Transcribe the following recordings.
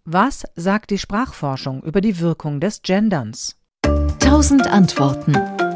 Was sagt die Sprachforschung über die Wirkung des Genderns? 1000 Antworten.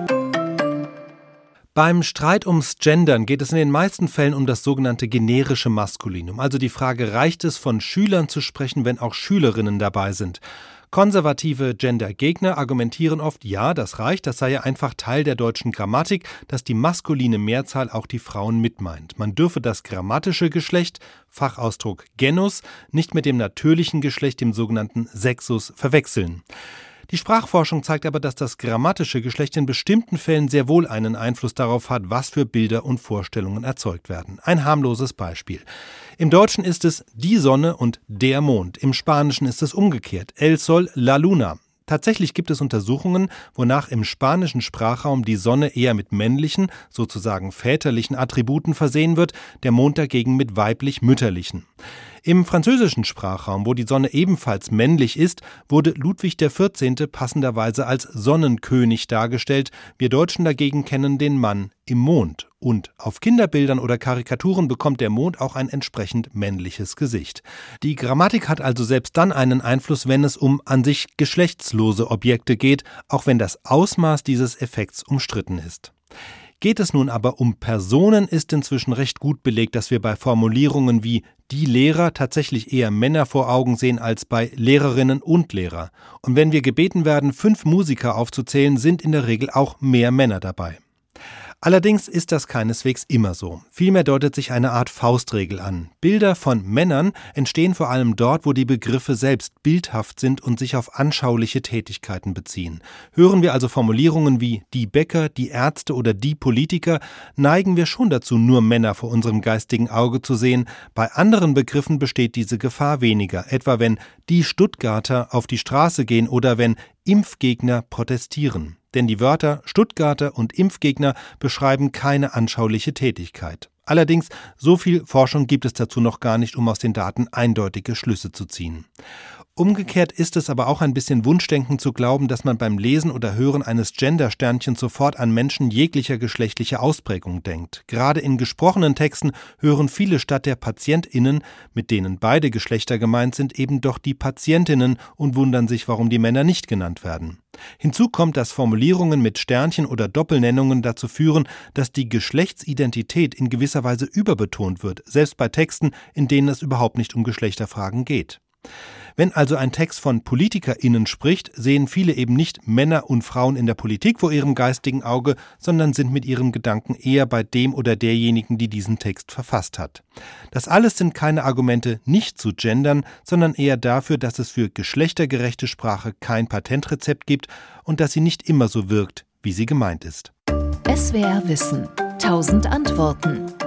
Beim Streit ums Gendern geht es in den meisten Fällen um das sogenannte generische Maskulinum. Also die Frage, reicht es, von Schülern zu sprechen, wenn auch Schülerinnen dabei sind? Konservative Gendergegner argumentieren oft, ja, das reicht, das sei ja einfach Teil der deutschen Grammatik, dass die maskuline Mehrzahl auch die Frauen mitmeint. Man dürfe das grammatische Geschlecht, Fachausdruck Genus, nicht mit dem natürlichen Geschlecht, dem sogenannten Sexus, verwechseln. Die Sprachforschung zeigt aber, dass das grammatische Geschlecht in bestimmten Fällen sehr wohl einen Einfluss darauf hat, was für Bilder und Vorstellungen erzeugt werden. Ein harmloses Beispiel. Im Deutschen ist es die Sonne und der Mond. Im Spanischen ist es umgekehrt. El Sol, la Luna. Tatsächlich gibt es Untersuchungen, wonach im spanischen Sprachraum die Sonne eher mit männlichen, sozusagen väterlichen Attributen versehen wird, der Mond dagegen mit weiblich-mütterlichen. Im französischen Sprachraum, wo die Sonne ebenfalls männlich ist, wurde Ludwig XIV. Passenderweise als Sonnenkönig dargestellt. Wir Deutschen dagegen kennen den Mann im Mond. Und auf Kinderbildern oder Karikaturen bekommt der Mond auch ein entsprechend männliches Gesicht. Die Grammatik hat also selbst dann einen Einfluss, wenn es um an sich geschlechtslose Objekte geht, auch wenn das Ausmaß dieses Effekts umstritten ist. Geht es nun aber um Personen, ist inzwischen recht gut belegt, dass wir bei Formulierungen wie die Lehrer tatsächlich eher Männer vor Augen sehen als bei Lehrerinnen und Lehrer. Und wenn wir gebeten werden, 5 Musiker aufzuzählen, sind in der Regel auch mehr Männer dabei. Allerdings ist das keineswegs immer so. Vielmehr deutet sich eine Art Faustregel an. Bilder von Männern entstehen vor allem dort, wo die Begriffe selbst bildhaft sind und sich auf anschauliche Tätigkeiten beziehen. Hören wir also Formulierungen wie die Bäcker, die Ärzte oder die Politiker, neigen wir schon dazu, nur Männer vor unserem geistigen Auge zu sehen. Bei anderen Begriffen besteht diese Gefahr weniger, etwa wenn die Stuttgarter auf die Straße gehen oder wenn Impfgegner protestieren. Denn die Wörter Stuttgarter und Impfgegner beschreiben keine anschauliche Tätigkeit. Allerdings, so viel Forschung gibt es dazu noch gar nicht, um aus den Daten eindeutige Schlüsse zu ziehen. Umgekehrt ist es aber auch ein bisschen Wunschdenken zu glauben, dass man beim Lesen oder Hören eines Gendersternchens sofort an Menschen jeglicher geschlechtlicher Ausprägung denkt. Gerade in gesprochenen Texten hören viele statt der PatientInnen, mit denen beide Geschlechter gemeint sind, eben doch die PatientInnen und wundern sich, warum die Männer nicht genannt werden. Hinzu kommt, dass Formulierungen mit Sternchen oder Doppelnennungen dazu führen, dass die Geschlechtsidentität in gewisser Weise überbetont wird, selbst bei Texten, in denen es überhaupt nicht um Geschlechterfragen geht. Wenn also ein Text von PolitikerInnen spricht, sehen viele eben nicht Männer und Frauen in der Politik vor ihrem geistigen Auge, sondern sind mit ihrem Gedanken eher bei dem oder derjenigen, die diesen Text verfasst hat. Das alles sind keine Argumente, nicht zu gendern, sondern eher dafür, dass es für geschlechtergerechte Sprache kein Patentrezept gibt und dass sie nicht immer so wirkt, wie sie gemeint ist. SWR Wissen. 1000 Antworten.